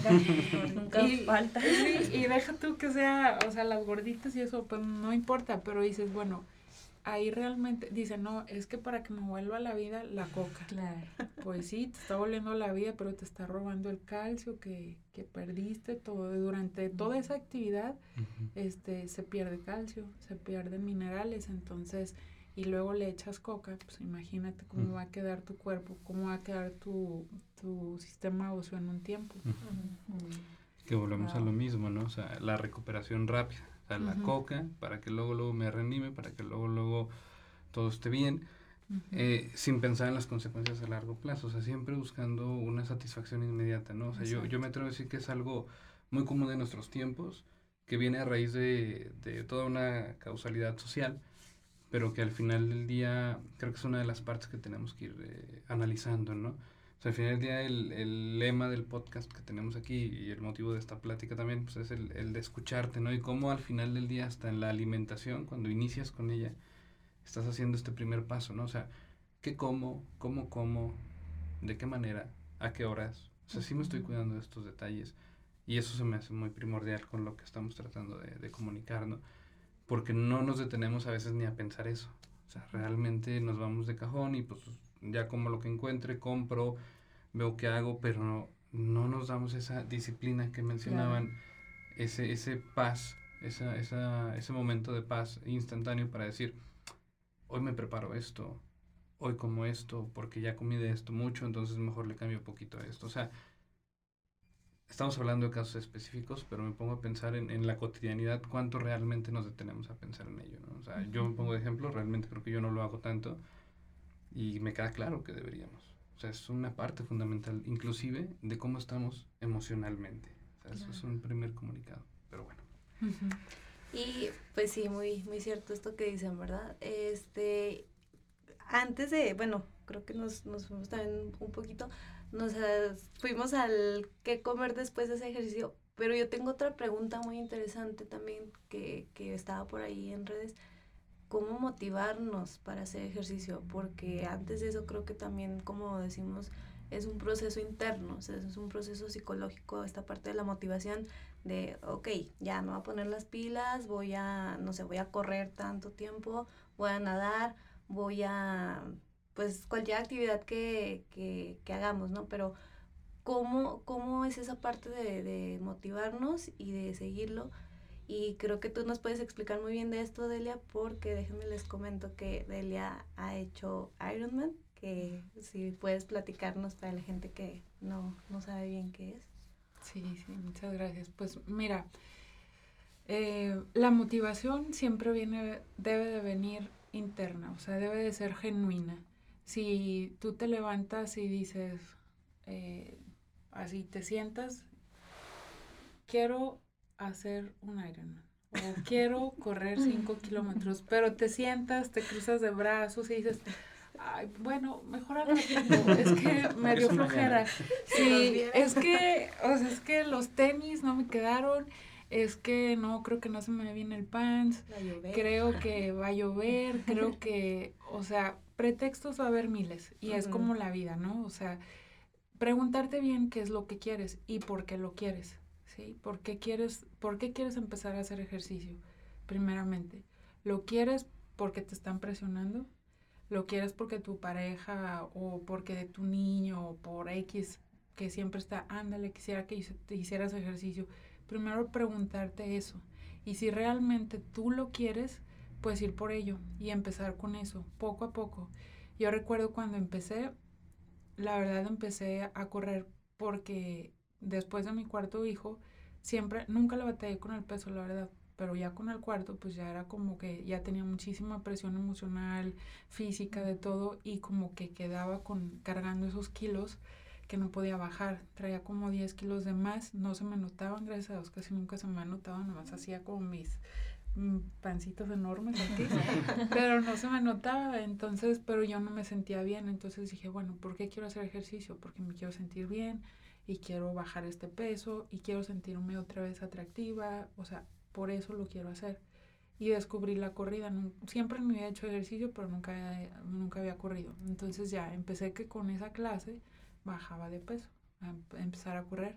[SPEAKER 2] Nunca y, falta.
[SPEAKER 4] Sí, y deja tú que sea, o sea, las gorditas y eso, pues no importa, pero dices, bueno, ahí realmente, dice, no, es que para que me vuelva la vida, la coca.
[SPEAKER 2] Claro.
[SPEAKER 4] Pues sí, te está volviendo la vida, pero te está robando el calcio que, que perdiste todo. Durante toda esa actividad, uh-huh. este, se pierde calcio, se pierden minerales, entonces, y luego le echas coca, pues imagínate cómo uh-huh. va a quedar tu cuerpo, cómo va a quedar tu, tu sistema óseo en un tiempo.
[SPEAKER 1] Uh-huh. Uh-huh. Que volvemos wow. a lo mismo, ¿no? O sea, la recuperación rápida. A la uh-huh. coca, para que luego luego me reanime, para que luego luego todo esté bien, uh-huh. eh, sin pensar en las consecuencias a largo plazo, o sea, siempre buscando una satisfacción inmediata, ¿no? O sea, yo, yo me atrevo a decir que es algo muy común de nuestros tiempos, que viene a raíz de, de toda una causalidad social, pero que al final del día creo que es una de las partes que tenemos que ir eh, analizando, ¿no? O sea, al final del día el, el lema del podcast que tenemos aquí y el motivo de esta plática también pues es el, el de escucharte, ¿no? Y cómo al final del día, hasta en la alimentación, cuando inicias con ella, estás haciendo este primer paso, ¿no? O sea, ¿qué como? ¿Cómo como? ¿De qué manera? ¿A qué horas? O sea, sí me estoy cuidando de estos detalles y eso se me hace muy primordial con lo que estamos tratando de, de comunicar, ¿no? Porque no nos detenemos a veces ni a pensar eso. O sea, realmente nos vamos de cajón y pues ya como lo que encuentre, compro, veo qué hago, pero no, no nos damos esa disciplina que mencionaban, claro. ese, ese paz, esa, esa, ese momento de paz instantáneo para decir, hoy me preparo esto, hoy como esto, porque ya comí de esto mucho, entonces mejor le cambio un poquito a esto. O sea, estamos hablando de casos específicos, pero me pongo a pensar en, en la cotidianidad, cuánto realmente nos detenemos a pensar en ello, ¿no? O sea, uh-huh. yo me pongo de ejemplo, realmente creo que yo no lo hago tanto y me queda claro que deberíamos. O sea, es una parte fundamental, inclusive, de cómo estamos emocionalmente. O sea, eso claro. es un primer comunicado, pero bueno.
[SPEAKER 3] Uh-huh. Y pues sí, muy, muy cierto esto que dicen, ¿verdad? Este, antes de, bueno, creo que nos, nos fuimos también un poquito, o sea, fuimos al qué comer después de ese ejercicio, pero yo tengo otra pregunta muy interesante también que, que estaba por ahí en redes. ¿Cómo motivarnos para hacer ejercicio? Porque antes de eso creo que también, como decimos, es un proceso interno, o sea, es un proceso psicológico, esta parte de la motivación de, ok, ya me voy a poner las pilas, voy a, no sé, voy a correr tanto tiempo, voy a nadar, voy a, pues, cualquier actividad que, que, que hagamos, ¿no? Pero, ¿cómo, cómo es esa parte de, de motivarnos y de seguirlo? Y creo que tú nos puedes explicar muy bien de esto, Delia, porque déjenme les comento que Delia ha hecho Ironman, que si puedes platicarnos para la gente que no, no sabe bien qué es.
[SPEAKER 4] Sí, sí, muchas gracias. Pues mira, eh, la motivación siempre viene, debe de venir interna, o sea, debe de ser genuina. Si tú te levantas y dices, eh, así te sientas, quiero hacer un Ironman o quiero correr cinco kilómetros, pero te sientas, te cruzas de brazos y dices, ay, bueno, mejor al ratito, es que me dio flojera. Sí, es que, o sea, es que los tenis no me quedaron, es que no, creo que no se me ve bien el pants, creo que va a llover, creo que, o sea, pretextos va a haber miles y es como la vida, ¿no? O sea, preguntarte bien qué es lo que quieres y por qué lo quieres, ¿sí? ¿Por qué quieres, por qué quieres empezar a hacer ejercicio? Primeramente, ¿lo quieres porque te están presionando? ¿Lo quieres porque tu pareja o porque tu niño o por X que siempre está, ándale, quisiera que te hicieras ejercicio? Primero preguntarte eso. Y si realmente tú lo quieres, pues ir por ello y empezar con eso, poco a poco. Yo recuerdo cuando empecé, la verdad empecé a correr porque después de mi cuarto hijo, siempre, nunca le batallé con el peso, la verdad, pero ya con el cuarto, pues ya era como que ya tenía muchísima presión emocional, física, de todo, y como que quedaba con, cargando esos kilos que no podía bajar, traía como diez kilos de más, no se me notaban, gracias a Dios, casi nunca se me han notado, nomás hacía como mis pancitos enormes aquí, pero no se me notaba, entonces, pero yo no me sentía bien, entonces dije, bueno, ¿por qué quiero hacer ejercicio? Porque me quiero sentir bien y quiero bajar este peso y quiero sentirme otra vez atractiva, o sea, por eso lo quiero hacer. Y descubrí la corrida, no, siempre me había hecho ejercicio, pero nunca, nunca había corrido, entonces ya empecé que con esa clase bajaba de peso, a empezar a correr,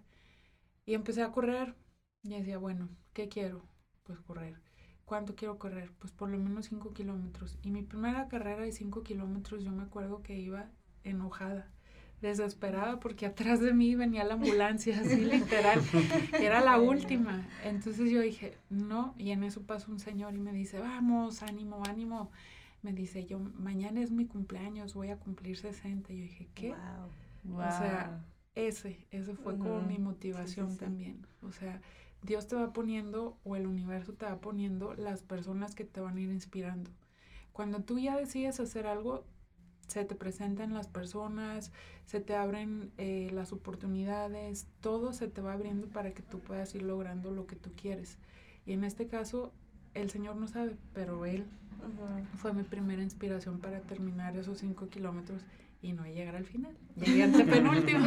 [SPEAKER 4] y empecé a correr y decía, bueno, ¿qué quiero? Pues correr. ¿Cuánto quiero correr? Pues por lo menos cinco kilómetros. Y mi primera carrera de cinco kilómetros yo me acuerdo que iba enojada, desesperada, porque atrás de mí venía la ambulancia, así literal. Era la última. Entonces yo dije, no, y en eso pasó un señor y me dice, vamos, ánimo, ánimo. Me dice, yo, mañana es mi cumpleaños, voy a cumplir sesenta. Y yo dije, ¿qué?
[SPEAKER 2] Wow.
[SPEAKER 4] O sea, ese, ese fue uh-huh. como mi motivación sí, sí, sí. también. O sea, Dios te va poniendo, o el universo te va poniendo las personas que te van a ir inspirando. Cuando tú ya decides hacer algo, se te presentan las personas, se te abren eh, las oportunidades, todo se te va abriendo para que tú puedas ir logrando lo que tú quieres. Y en este caso, el Señor no sabe, pero Él uh-huh. fue mi primera inspiración para terminar esos cinco kilómetros y no llegar al final. Llegué al penúltimo.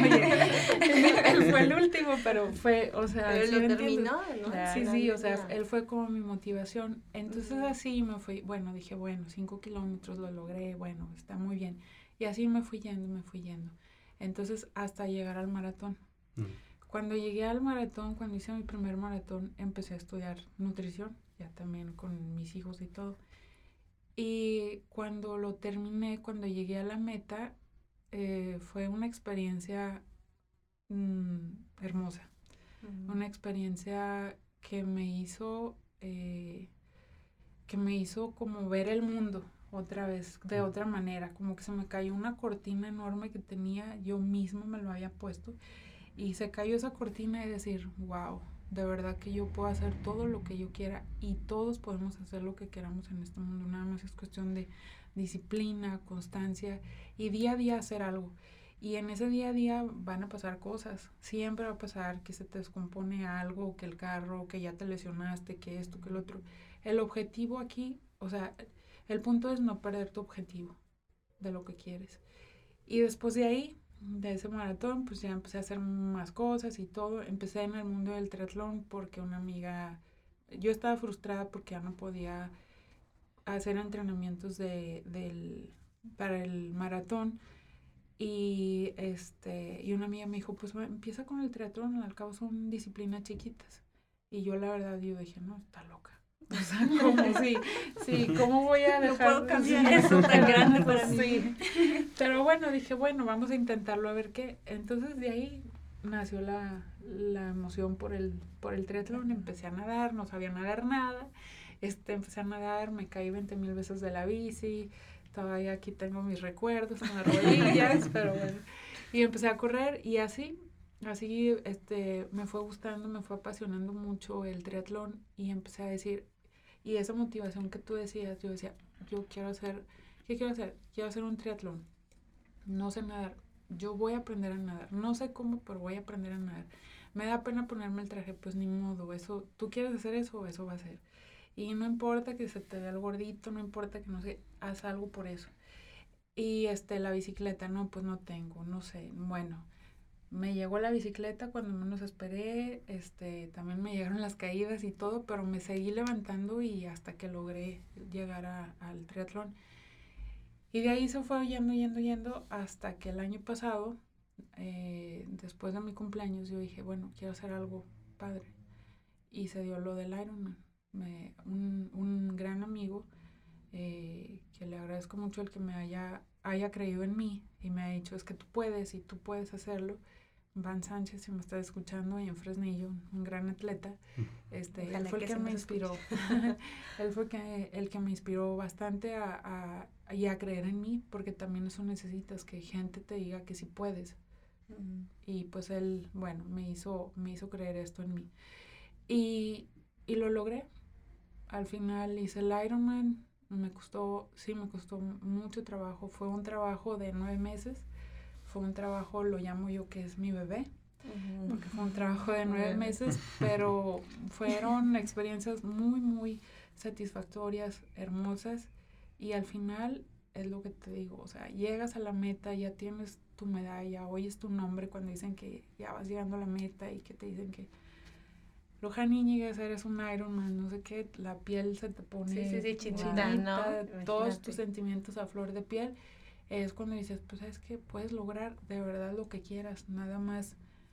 [SPEAKER 4] Él fue el último, pero fue, o sea...
[SPEAKER 3] Pero
[SPEAKER 4] ¿sí
[SPEAKER 3] lo terminó, ¿no?
[SPEAKER 4] Sí, sí, o sea, él fue como mi motivación. Entonces uh-huh. así me fui, bueno, dije, bueno, cinco kilómetros lo logré, bueno, está muy bien. Y así me fui yendo, me fui yendo. Entonces, hasta llegar al maratón. Uh-huh. Cuando llegué al maratón, cuando hice mi primer maratón, empecé a estudiar nutrición, ya también con mis hijos y todo. Y cuando lo terminé, cuando llegué a la meta, eh, fue una experiencia mmm, hermosa. Uh-huh. Una experiencia que me hizo, eh, que me hizo como ver el mundo otra vez, de otra manera. Como que se me cayó una cortina enorme que tenía, yo misma me lo había puesto. Y se cayó esa cortina y decir, wow, de verdad que yo puedo hacer todo lo que yo quiera y todos podemos hacer lo que queramos en este mundo. Nada más es cuestión de disciplina, constancia y día a día hacer algo. Y en ese día a día van a pasar cosas. Siempre va a pasar que se te descompone algo, que el carro, que ya te lesionaste, que esto, que el otro. El objetivo aquí, o sea, el punto es no perder tu objetivo de lo que quieres. Y después de ahí de ese maratón, pues ya empecé a hacer más cosas y todo. Empecé en el mundo del triatlón porque una amiga, yo estaba frustrada porque ya no podía hacer entrenamientos de, del, para el maratón. Y este y una amiga me dijo, pues empieza con el triatlón, al cabo son disciplinas chiquitas. Y yo la verdad, yo dije, no, está loca. O sea, como si, sí, ¿cómo voy a dejar?
[SPEAKER 2] No puedo cambiar
[SPEAKER 4] sí,
[SPEAKER 2] eso tan grande para mí.
[SPEAKER 4] Sí. Pero bueno, dije, bueno, vamos a intentarlo a ver qué. Entonces de ahí nació la, la emoción por el, por el triatlón. Empecé a nadar, no sabía nadar nada. Este, empecé a nadar, me caí veinte mil veces de la bici. Todavía aquí tengo mis recuerdos en las rodillas, pero bueno. Y empecé a correr y así, así este, me fue gustando, me fue apasionando mucho el triatlón y empecé a decir, y esa motivación que tú decías, yo decía, yo quiero hacer, ¿qué quiero hacer? Quiero hacer un triatlón. No sé nadar, yo voy a aprender a nadar. No sé cómo, pero voy a aprender a nadar. Me da pena ponerme el traje, pues ni modo, eso, ¿tú quieres hacer eso? Eso va a ser. Y no importa que se te vea el gordito, no importa que no sé, haz algo por eso. Y este, la bicicleta, no, pues no tengo, no sé. Bueno, me llegó la bicicleta cuando menos esperé, este, también me llegaron las caídas y todo, pero me seguí levantando y hasta que logré llegar a, al triatlón. Y de ahí se fue yendo, yendo, yendo, hasta que el año pasado, eh, después de mi cumpleaños, yo dije, bueno, quiero hacer algo padre. Y se dio lo del Ironman. Me, un, un gran amigo, eh, que le agradezco mucho el que me haya, haya creído en mí y me ha dicho, es que tú puedes y tú puedes hacerlo. Van Sánchez, si me está escuchando, y en Fresnillo, un gran atleta. Este, él fue el que, que me inspiró. Él fue que, el que me inspiró bastante a, a, y a creer en mí, porque también eso necesitas, que gente te diga que sí puedes. Uh-huh. Y pues él, bueno, me hizo, me hizo creer esto en mí. Y, y lo logré. Al final hice el Ironman. Me costó, sí, me costó mucho trabajo. Fue un trabajo de nueve meses. Fue un trabajo, lo llamo yo que es mi bebé, uh-huh. porque fue un trabajo de nueve uh-huh. meses, pero fueron experiencias muy, muy satisfactorias, hermosas, y al final es lo que te digo, o sea, llegas a la meta, ya tienes tu medalla, oyes tu nombre cuando dicen que ya vas llegando a la meta y que te dicen que Luján Íñiguez, eres un Ironman, no sé qué, la piel se te pone
[SPEAKER 3] sí, sí, sí, chinita,
[SPEAKER 4] chinita,
[SPEAKER 3] ¿no?
[SPEAKER 4] Todos tus sentimientos a flor de piel. Es cuando dices, pues es que puedes lograr de verdad lo que quieras, nada más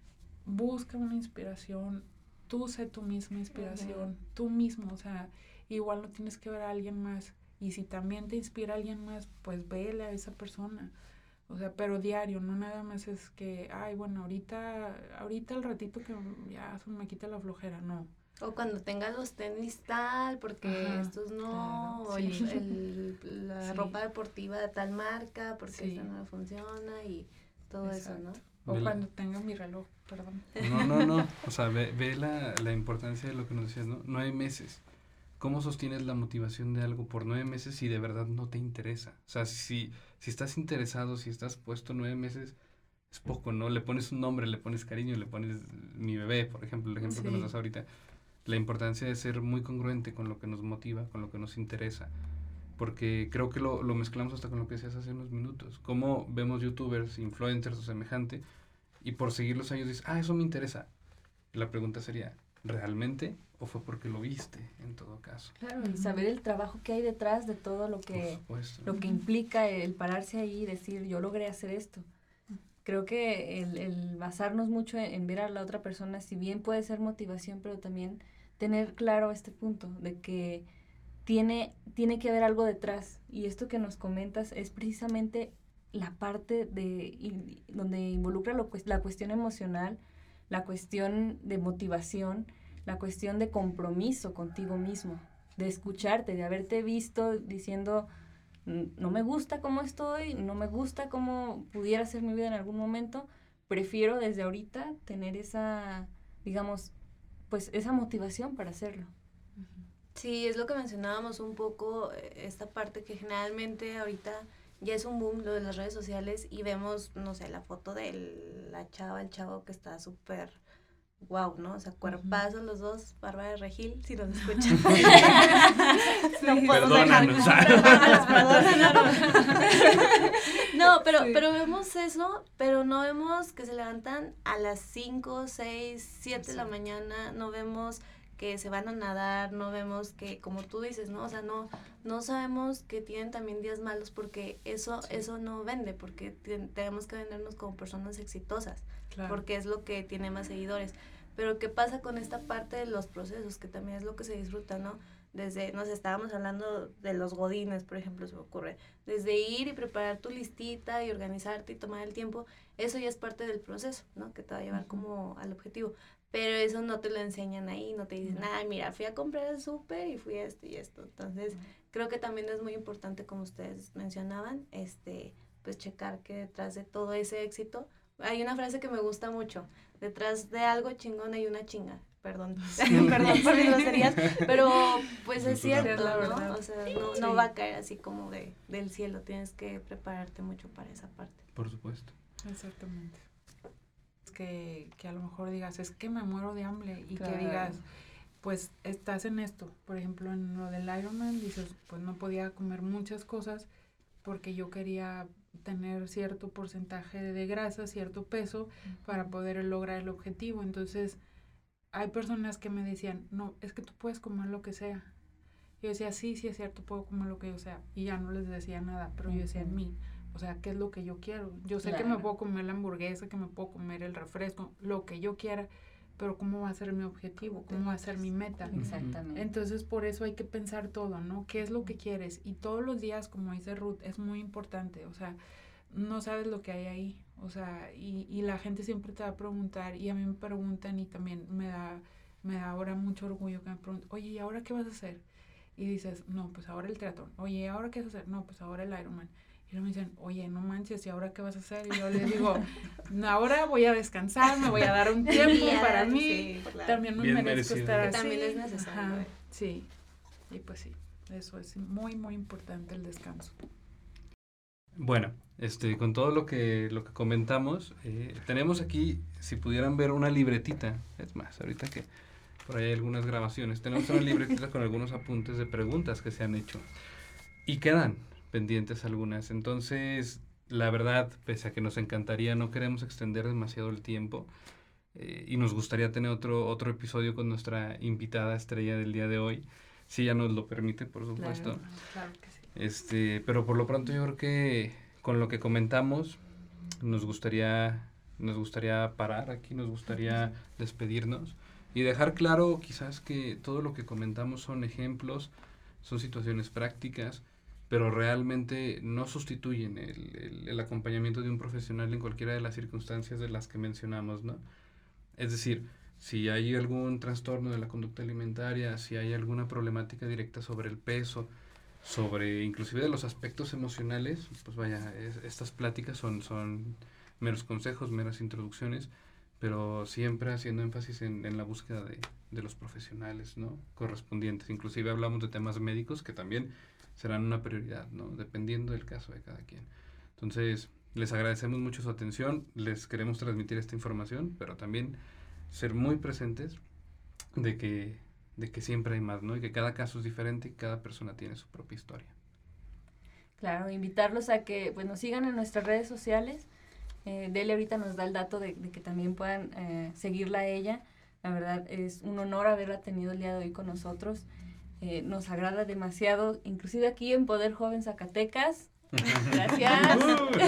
[SPEAKER 4] busca una inspiración, tú sé tu misma inspiración, uh-huh. tú mismo, o sea, igual no tienes que ver a alguien más, y si también te inspira a alguien más, pues vele a esa persona, o sea, pero diario, no nada más es que, ay, bueno, ahorita, ahorita el ratito que ya se me quita la flojera, no.
[SPEAKER 3] O cuando tengas los tenis tal, porque ajá, estos no, claro, o sí. el, el, la sí. ropa deportiva de tal marca, porque sí. esta no funciona y todo exacto. eso, ¿no?
[SPEAKER 4] O ve cuando la... tenga mi reloj, perdón.
[SPEAKER 1] No, no, no, o sea, ve, ve la, la importancia de lo que nos decías, ¿no? Nueve meses. ¿Cómo sostienes la motivación de algo por nueve meses si de verdad no te interesa? O sea, si, si estás interesado, si estás puesto nueve meses, es poco, ¿no? Le pones un nombre, le pones cariño, le pones mi bebé, por ejemplo, el ejemplo sí. que nos das ahorita. La importancia de ser muy congruente con lo que nos motiva, con lo que nos interesa, porque creo que lo, lo mezclamos hasta con lo que decías hace unos minutos. Cómo vemos youtubers, influencers o semejante, y por seguirlos a ellos dices, ah, eso me interesa. Y la pregunta sería, ¿realmente? ¿O fue porque lo viste, en todo caso?
[SPEAKER 2] Claro, y saber el trabajo que hay detrás de todo lo que, lo que implica el pararse ahí y decir, yo logré hacer esto. Creo que el, el basarnos mucho en, en ver a la otra persona, si bien puede ser motivación, pero también tener claro este punto de que tiene, tiene que haber algo detrás. Y esto que nos comentas es precisamente la parte de y, donde involucra lo, la cuestión emocional, la cuestión de motivación, la cuestión de compromiso contigo mismo, de escucharte, de haberte visto diciendo, no me gusta cómo estoy, no me gusta cómo pudiera ser mi vida en algún momento, prefiero desde ahorita tener esa, digamos, pues esa motivación para hacerlo.
[SPEAKER 3] Sí, es lo que mencionábamos un poco, esta parte que generalmente ahorita ya es un boom lo de las redes sociales y vemos, no sé, la foto de la chava, el chavo que está súper wow, ¿no? O sea, cuerpazos los dos, Bárbara de Regil, si nos escuchan. No puedo
[SPEAKER 1] Perdónanos.
[SPEAKER 3] dejar- Perdónanos. No, pero,
[SPEAKER 4] Sí.
[SPEAKER 3] pero vemos eso, pero no vemos que se levantan a las cinco, seis, siete de la
[SPEAKER 4] Exacto.
[SPEAKER 3] mañana, no vemos que se van a nadar, no vemos que, como tú dices, ¿no? O sea, no, no sabemos que tienen también días malos porque eso, eso no vende, porque ten- tenemos que vendernos como personas exitosas,
[SPEAKER 4] Claro.
[SPEAKER 3] porque es lo que tiene más seguidores. Pero ¿qué pasa con esta parte de los procesos? Que también es lo que se disfruta, ¿no? Desde, nos estábamos hablando de los godines, por ejemplo, se me ocurre. Desde ir y preparar tu listita y organizarte y tomar el tiempo, eso ya es parte del proceso, ¿no? Que te va a llevar
[SPEAKER 4] Ujú.
[SPEAKER 3] como al objetivo. Pero eso no te lo enseñan ahí, no te dicen,
[SPEAKER 4] No.
[SPEAKER 3] ah, mira, fui a comprar el súper y fui a esto y esto. Entonces, creo que también es muy importante, como ustedes mencionaban, este, pues checar que detrás de todo ese éxito, hay una frase que me gusta mucho, detrás de algo chingón hay una chinga. Perdón, perdón por mis groserías, pero pues es
[SPEAKER 1] Censurado.
[SPEAKER 3] cierto,
[SPEAKER 4] Sí, es la
[SPEAKER 3] ¿no?
[SPEAKER 4] verdad.
[SPEAKER 3] O sea, no, no
[SPEAKER 4] Sí.
[SPEAKER 3] va a caer así como de, del cielo, tienes que prepararte mucho para esa parte.
[SPEAKER 1] Por supuesto.
[SPEAKER 4] Exactamente. Que, que a lo mejor digas, es que me muero de hambre y
[SPEAKER 2] Claro.
[SPEAKER 4] que digas, pues estás en esto. Por ejemplo, en lo del Ironman dices, pues no podía comer muchas cosas porque yo quería tener cierto porcentaje de grasa, cierto peso para poder lograr el objetivo. Entonces, hay personas que me decían, no, es que tú puedes comer lo que sea. Yo decía, sí, sí es cierto, puedo comer lo que yo sea. Y ya no les decía nada, pero yo decía en
[SPEAKER 2] Ujú.
[SPEAKER 4] mí, o sea, ¿qué es lo que yo quiero? Yo sé que me
[SPEAKER 2] Claro.
[SPEAKER 4] puedo comer la hamburguesa, que me puedo comer el refresco, lo que yo quiera, pero ¿cómo va a ser mi objetivo?
[SPEAKER 3] ¿Cómo te
[SPEAKER 4] ¿Cómo va a ser mi meta?
[SPEAKER 2] Exactamente.
[SPEAKER 4] Entonces, por eso hay que pensar todo, ¿no? ¿Qué es lo que quieres? Y todos los días, como dice Ruth, es muy importante, o sea, no sabes lo que hay ahí, o sea, y, y la gente siempre te va a preguntar, y a mí me preguntan, y también me da, me da ahora mucho orgullo que me pregunten, oye, ¿y ahora qué vas a hacer? Y dices, no, pues ahora el triatlón. Oye, ¿y ahora qué vas a hacer? No, pues ahora el Ironman. Y luego me dicen, oye, no manches, ¿y ahora qué vas a hacer? Y yo les digo, no, ahora voy a descansar, me voy a dar un tiempo
[SPEAKER 3] Ya,
[SPEAKER 4] para mí.
[SPEAKER 3] sí, claro.
[SPEAKER 4] También me
[SPEAKER 1] Bien
[SPEAKER 4] merezco
[SPEAKER 1] merecido.
[SPEAKER 4] estar
[SPEAKER 3] Que
[SPEAKER 4] así.
[SPEAKER 3] también es necesario,
[SPEAKER 4] Ajá,
[SPEAKER 3] eh.
[SPEAKER 4] sí, y pues sí, eso es muy, muy importante el descanso.
[SPEAKER 1] Bueno, este, con todo lo que, lo que comentamos, eh, tenemos aquí, si pudieran ver una libretita, es más, ahorita que por ahí hay algunas grabaciones, tenemos una libretita con algunos apuntes de preguntas que se han hecho y quedan pendientes algunas. Entonces, la verdad, pese a que nos encantaría, no queremos extender demasiado el tiempo eh, y nos gustaría tener otro, otro episodio con nuestra invitada estrella del día de hoy, si ella nos lo permite, por supuesto.
[SPEAKER 2] Claro.
[SPEAKER 4] Claro que sí.
[SPEAKER 1] Este, pero por lo pronto yo creo que con lo que comentamos nos gustaría nos gustaría parar aquí, nos gustaría despedirnos y dejar claro quizás que todo lo que comentamos son ejemplos, son situaciones prácticas, pero realmente no sustituyen el, el, el acompañamiento de un profesional en cualquiera de las circunstancias de las que mencionamos, ¿no? Es decir, si hay algún trastorno de la conducta alimentaria, si hay alguna problemática directa sobre el peso, sobre inclusive de los aspectos emocionales, pues vaya, es, estas pláticas son, son meros consejos, meras introducciones, pero siempre haciendo énfasis en, en la búsqueda de, de los profesionales, ¿no? Correspondientes. Inclusive hablamos de temas médicos que también serán una prioridad, ¿no? Dependiendo del caso de cada quien. Entonces, les agradecemos mucho su atención, les queremos transmitir esta información, pero también ser muy presentes de que de que siempre hay más, ¿no? Y que cada caso es diferente y cada persona tiene su propia historia.
[SPEAKER 2] Claro, invitarlos a que pues nos sigan en nuestras redes sociales. Eh, Delia ahorita nos da el dato de, de que también puedan eh, seguirla a ella. La verdad es un honor haberla tenido el día de hoy con nosotros. Eh, nos agrada demasiado, inclusive aquí en Poder Joven Zacatecas. Gracias.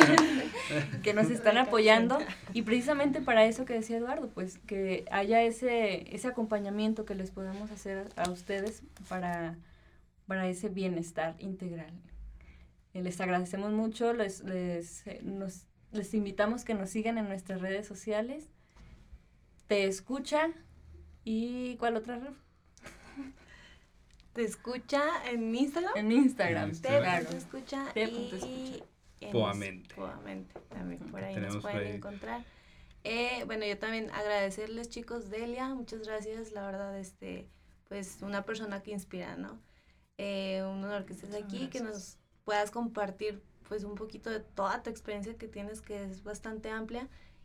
[SPEAKER 2] Que nos están apoyando. Y precisamente para eso que decía Eduardo, pues que haya ese, ese acompañamiento que les podemos hacer a ustedes para, para ese bienestar integral. Eh, les agradecemos mucho, les, les, eh, nos, les invitamos que nos sigan en nuestras redes sociales. Te escucha y ¿cuál otra red?
[SPEAKER 3] Te escucha en Instagram.
[SPEAKER 2] En Instagram,
[SPEAKER 1] En
[SPEAKER 3] Te,
[SPEAKER 1] Instagram.
[SPEAKER 2] claro.
[SPEAKER 3] te escucha
[SPEAKER 2] Te
[SPEAKER 3] y
[SPEAKER 2] punto escucha.
[SPEAKER 3] en
[SPEAKER 1] Poamente.
[SPEAKER 3] Poamente, también por ahí
[SPEAKER 1] Tenemos
[SPEAKER 3] nos
[SPEAKER 1] por
[SPEAKER 3] pueden
[SPEAKER 1] ahí.
[SPEAKER 3] encontrar. Eh, bueno, yo también agradecerles, chicos, Delia, muchas gracias, la verdad, este, pues una persona que inspira, ¿no? Eh, un honor que estés
[SPEAKER 4] Muchas
[SPEAKER 3] aquí, que
[SPEAKER 4] gracias.
[SPEAKER 3] nos puedas compartir pues un poquito de toda tu experiencia que tienes, que es bastante amplia,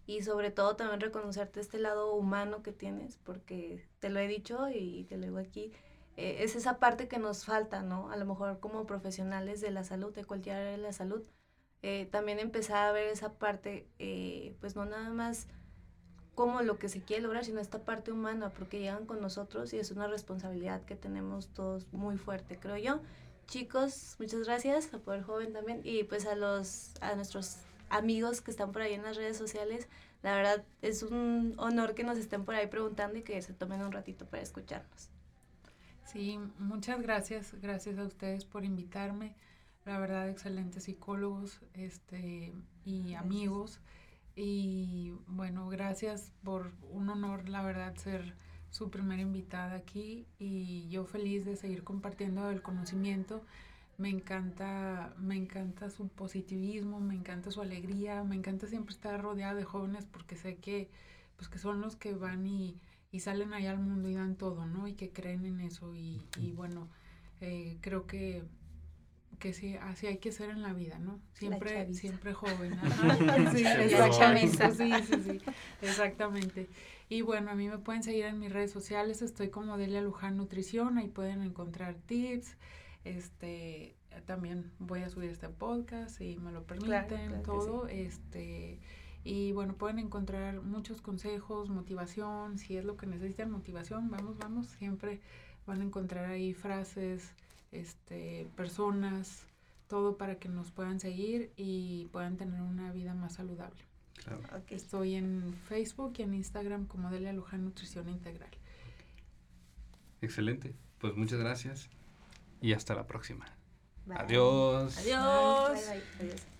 [SPEAKER 3] y sobre todo también reconocerte este lado humano que tienes, porque te lo he dicho y te lo digo aquí, eh, es esa parte que nos falta, ¿no? A lo mejor como profesionales de la salud, de cualquier área de la salud, eh, también empezar a ver esa parte, eh, pues no nada más como lo que se quiere lograr, sino esta parte humana, porque llegan con nosotros y es una responsabilidad que tenemos todos muy fuerte, creo yo. Chicos, muchas gracias, a Poder Joven también, y pues a los, a nuestros amigos que están por ahí en las redes sociales, la verdad es un honor que nos estén por ahí preguntando y que se tomen un ratito para escucharnos.
[SPEAKER 4] Sí, muchas gracias, gracias a ustedes por invitarme, la verdad excelentes psicólogos este, y gracias. Amigos, y bueno, gracias por un honor, la verdad, ser su primera invitada aquí, y yo feliz de seguir compartiendo el conocimiento. Me encanta, me encanta su positivismo, me encanta su alegría, me encanta siempre estar rodeada de jóvenes porque sé que, pues que son los que van y, y salen allá al mundo y dan todo, ¿no? Y que creen en eso y, y bueno, eh, creo que que sí, así hay que ser en la vida, ¿no? Siempre, siempre joven. Ajá. Sí, exactamente. Sí, sí, sí, exactamente. Y bueno, a mí me pueden seguir en mis redes sociales, estoy como Delia Luján Nutrición, ahí pueden encontrar tips, este, también voy a subir este podcast si me lo permiten, claro, claro todo, sí. este, y bueno, pueden encontrar muchos consejos, motivación, si es lo que necesitan, motivación, vamos, vamos, siempre van a encontrar ahí frases, este, personas, todo para que nos puedan seguir y puedan tener una vida más saludable.
[SPEAKER 1] Claro.
[SPEAKER 4] Okay. Estoy en Facebook y en Instagram como Delia Luján Nutrición Integral.
[SPEAKER 1] Excelente, pues muchas gracias y hasta la próxima.
[SPEAKER 3] Bye.
[SPEAKER 1] Adiós.
[SPEAKER 2] Adiós.
[SPEAKER 3] Bye, bye. Adiós.